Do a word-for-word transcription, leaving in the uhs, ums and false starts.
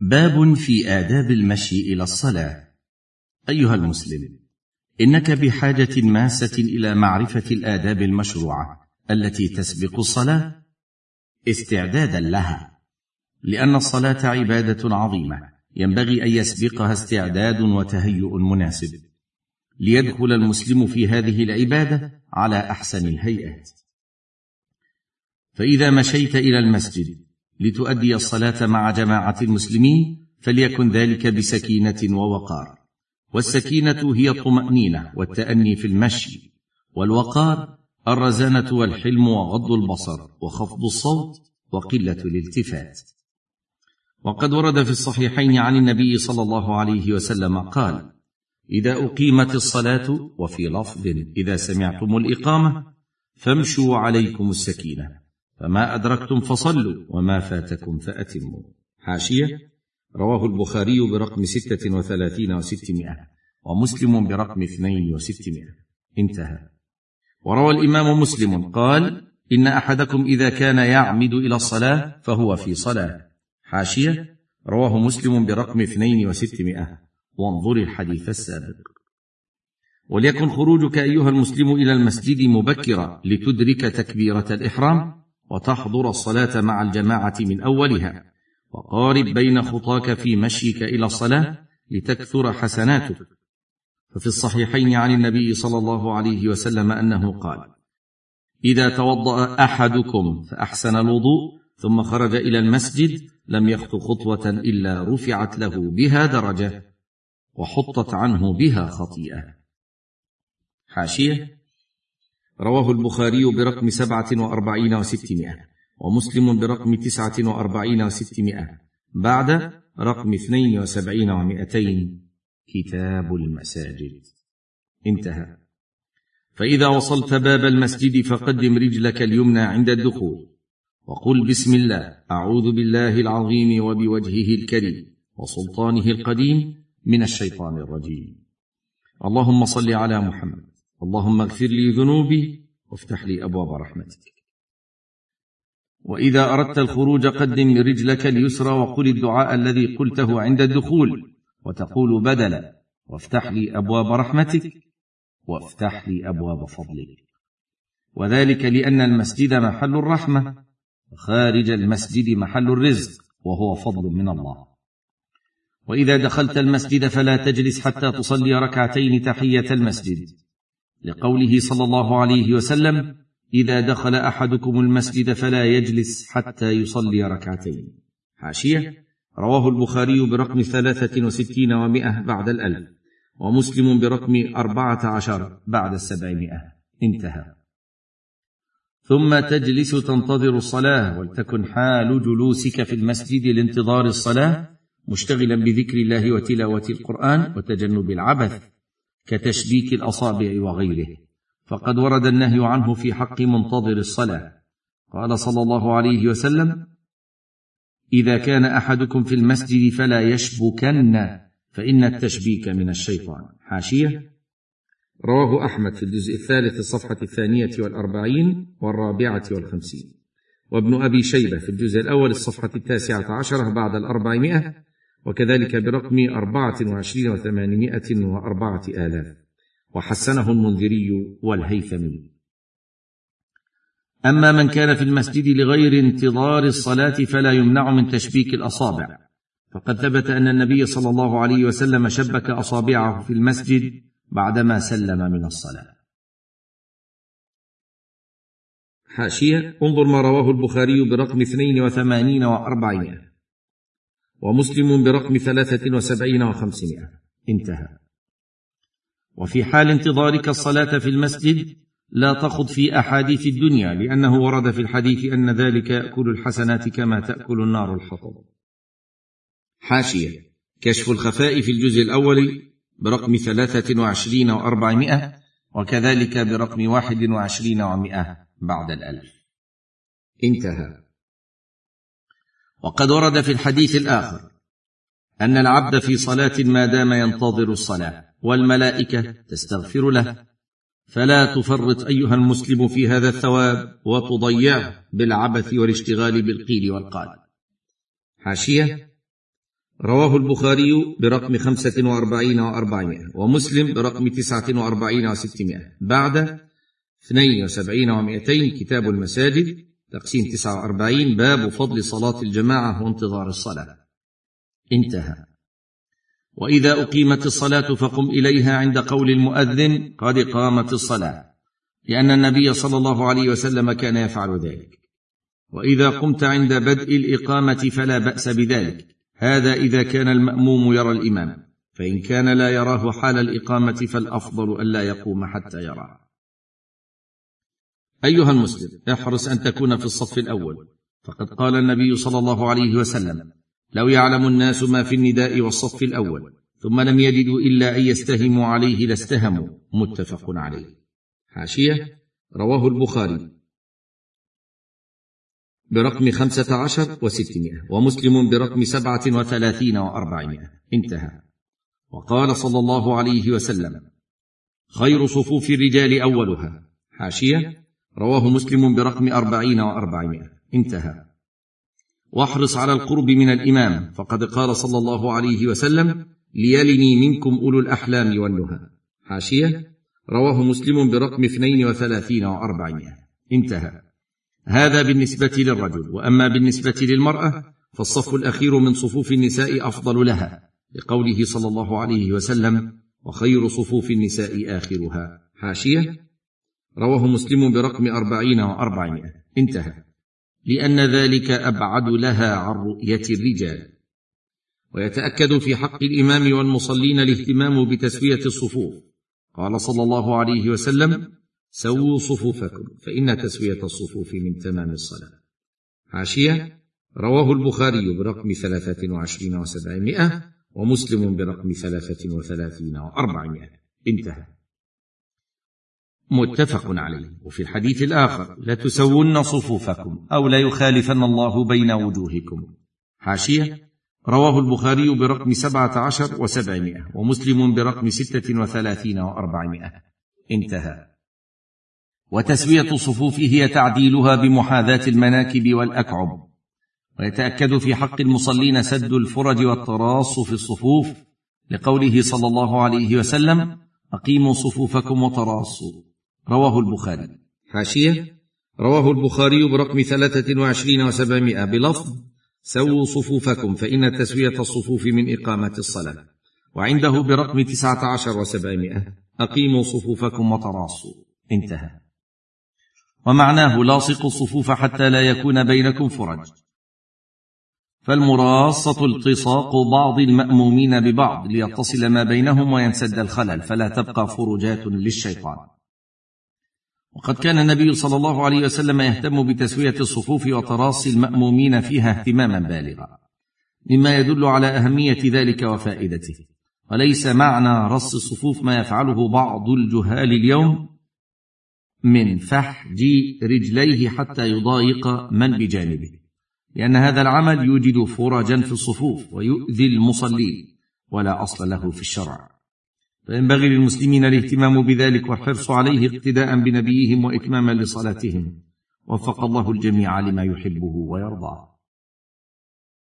باب في آداب المشي إلى الصلاة. أيها المسلم، إنك بحاجة ماسة إلى معرفة الآداب المشروعة التي تسبق الصلاة استعدادا لها، لأن الصلاة عبادة عظيمة ينبغي أن يسبقها استعداد وتهيؤ مناسب ليدخل المسلم في هذه العبادة على أحسن الهيئات. فإذا مشيت إلى المسجد لتؤدي الصلاة مع جماعة المسلمين فليكن ذلك بسكينة ووقار، والسكينة هي الطمأنينة والتأني في المشي، والوقار الرزانة والحلم وغض البصر وخفض الصوت وقلة الالتفات. وقد ورد في الصحيحين عن النبي صلى الله عليه وسلم قال: إذا أقيمت الصلاة، وفي لفظ إذا سمعتم الإقامة، فامشوا عليكم السكينة، فما أدركتم فصلوا وما فاتكم فأتموا. حاشية: رواه البخاري برقم ستة وثلاثين وستمائة، ومسلم برقم اثنين وستمائة. انتهى. وروى الإمام مسلم قال: إن أحدكم إذا كان يعمد إلى الصلاة فهو في صلاة. حاشية: رواه مسلم برقم اثنين وستمائة، وانظر الحديث السابق. وليكن خروجك أيها المسلم إلى المسجد مبكرا لتدرك تكبيرة الإحرام وتحضر الصلاة مع الجماعة من أولها، وقارب بين خطاك في مشيك إلى الصلاة لتكثر حسناتك. ففي الصحيحين عن النبي صلى الله عليه وسلم أنه قال: إذا توضأ أحدكم فأحسن الوضوء ثم خرج إلى المسجد لم يخط خطوة إلا رفعت له بها درجة وحطت عنه بها خطيئة. حاشية: رواه البخاري برقم سبعة وأربعين وستمائة، ومسلم برقم تسعة وأربعين وستمائة، بعد رقم اثنين وسبعين ومائتين، كتاب المساجد. انتهى. فإذا وصلت باب المسجد فقدم رجلك اليمنى عند الدخول، وقل: بسم الله، أعوذ بالله العظيم وبوجهه الكريم وسلطانه القديم من الشيطان الرجيم. اللهم صل على محمد، اللهم اغفر لي ذنوبي وافتح لي أبواب رحمتك. وإذا أردت الخروج قدم رجلك اليسرى وقل الدعاء الذي قلته عند الدخول، وتقول بدلا: وافتح لي أبواب رحمتك وافتح لي أبواب فضلك. وذلك لأن المسجد محل الرحمة، وخارج المسجد محل الرزق، وهو فضل من الله. وإذا دخلت المسجد فلا تجلس حتى تصلي ركعتين تحية المسجد، لقوله صلى الله عليه وسلم: إذا دخل أحدكم المسجد فلا يجلس حتى يصلي ركعتين. حاشية: رواه البخاري برقم ثلاثة وستين ومائة بعد الألف، ومسلم برقم أربعة عشر بعد السبعمائة. انتهى. ثم تجلس تنتظر الصلاة، ولتكن حال جلوسك في المسجد لانتظار الصلاة مشتغلا بذكر الله وتلاوة القرآن وتجنب العبث كتشبيك الأصابع وغيره، فقد ورد النهي عنه في حق منتظر الصلاة. قال صلى الله عليه وسلم: إذا كان أحدكم في المسجد فلا يشبكن، فإن التشبيك من الشيطان. حاشية: رواه أحمد في الجزء الثالث الصفحة الثانية والأربعين والرابعة والخمسين، وابن أبي شيبة في الجزء الأول الصفحة التاسعة عشرة بعد الأربعمائة، وكذلك برقم أربعة وعشرين وثمانمائة وأربعة آلاف، وحسنه المنذري والهيثمي. أما من كان في المسجد لغير انتظار الصلاة فلا يمنع من تشبيك الأصابع، فقد ثبت أن النبي صلى الله عليه وسلم شبك أصابعه في المسجد بعدما سلم من الصلاة. حاشية: انظر ما رواه البخاري برقم اثنين وثمانين وأربعين، ومسلم برقم ثلاثة وسبعين وخمسمائة. انتهى. وفي حال انتظارك الصلاة في المسجد لا تخض في أحاديث الدنيا، لأنه ورد في الحديث أن ذلك يأكل الحسنات كما تأكل النار الحطب. حاشية: كشف الخفاء في الجزء الأول برقم ثلاثة وعشرين وأربعمائة، وكذلك برقم واحد وعشرين ومائة بعد الألف. انتهى. وقد ورد في الحديث الآخر أن العبد في صلاة ما دام ينتظر الصلاة والملائكة تستغفر له، فلا تفرط أيها المسلم في هذا الثواب وتضيعه بالعبث والاشتغال بالقيل والقال. حاشية: رواه البخاري برقم خمسة وأربعين وأربعمائة، ومسلم برقم تسعة وأربعين وستمائة، بعد اثنين وسبعين ومائتين كتاب المساجد تقسيم تسعة وأربعين، باب فضل صلاة الجماعة وانتظار الصلاة، انتهى. وإذا أقيمت الصلاة فقم إليها عند قول المؤذن قد قامت الصلاة، لأن النبي صلى الله عليه وسلم كان يفعل ذلك. وإذا قمت عند بدء الإقامة فلا بأس بذلك، هذا إذا كان المأموم يرى الإمام، فإن كان لا يراه حال الإقامة فالأفضل ألا يقوم حتى يراه. أيها المسلم، احرص أن تكون في الصف الأول، فقد قال النبي صلى الله عليه وسلم: لو يعلم الناس ما في النداء والصف الأول ثم لم يجدوا إلا أن يستهموا عليه لاستهموا، متفق عليه. حاشية: رواه البخاري برقم خمسة عشر وستمائة، ومسلم برقم سبعة وثلاثين وأربعمائة، انتهى. وقال صلى الله عليه وسلم: خير صفوف الرجال أولها. حاشية: رواه مسلم برقم أربعين وأربعمائة، انتهى. واحرص على القرب من الإمام، فقد قال صلى الله عليه وسلم: ليلني منكم أولو الأحلام والنهى. حاشية: رواه مسلم برقم اثنين وثلاثين وأربعمائة، انتهى. هذا بالنسبة للرجل، وأما بالنسبة للمرأة فالصف الأخير من صفوف النساء أفضل لها، لقوله صلى الله عليه وسلم: وخير صفوف النساء آخرها. حاشية: رواه مسلم برقم أربعين وأربعمائة، انتهى، لأن ذلك أبعد لها عن رؤية الرجال. ويتأكد في حق الإمام والمصلين الاهتمام بتسوية الصفوف، قال صلى الله عليه وسلم: سووا صفوفكم فإن تسوية الصفوف من تمام الصلاة. حاشية: رواه البخاري برقم ثلاثة وعشرين وسبعمائة، ومسلم برقم ثلاثة وثلاثين وأربعمائة، انتهى، متفق عليه. وفي الحديث الآخر: لتسون صفوفكم أو ليخالفن الله بين وجوهكم. حاشية: رواه البخاري برقم سبعة عشر وسبعمائة، ومسلم برقم ستة وثلاثين وأربعمائة، انتهى. وتسوية الصفوف هي تعديلها بمحاذاة المناكب والأكعب. ويتأكد في حق المصلين سد الفرج والتراص في الصفوف، لقوله صلى الله عليه وسلم: أقيموا صفوفكم وتراصوا، رواه البخاري. حاشية: رواه البخاري برقم ثلاثة وعشرين وسبعمائة بلفظ: سووا صفوفكم فإن تسوية الصفوف من إقامة الصلاة، وعنده برقم تسعة عشر وسبعمائة: أقيموا صفوفكم وتراصوا، انتهى. ومعناه: لاصقوا الصفوف حتى لا يكون بينكم فرج. فالمراصة التصاق بعض المأمومين ببعض ليتصل ما بينهم وينسد الخلل، فلا تبقى فرجات للشيطان. وقد كان النبي صلى الله عليه وسلم يهتم بتسوية الصفوف وتراصي المأمومين فيها اهتماما بالغا، مما يدل على أهمية ذلك وفائدته. وليس معنى رص الصفوف ما يفعله بعض الجهال اليوم من فحج رجليه حتى يضايق من بجانبه، لأن هذا العمل يوجد فرجا في الصفوف ويؤذي المصلين، ولا أصل له في الشرع. فينبغي للمسلمين الاهتمام بذلك والحرص عليه اقتداء بنبيهم وإتماما لصلاتهم. وفق الله الجميع لما يحبه ويرضاه.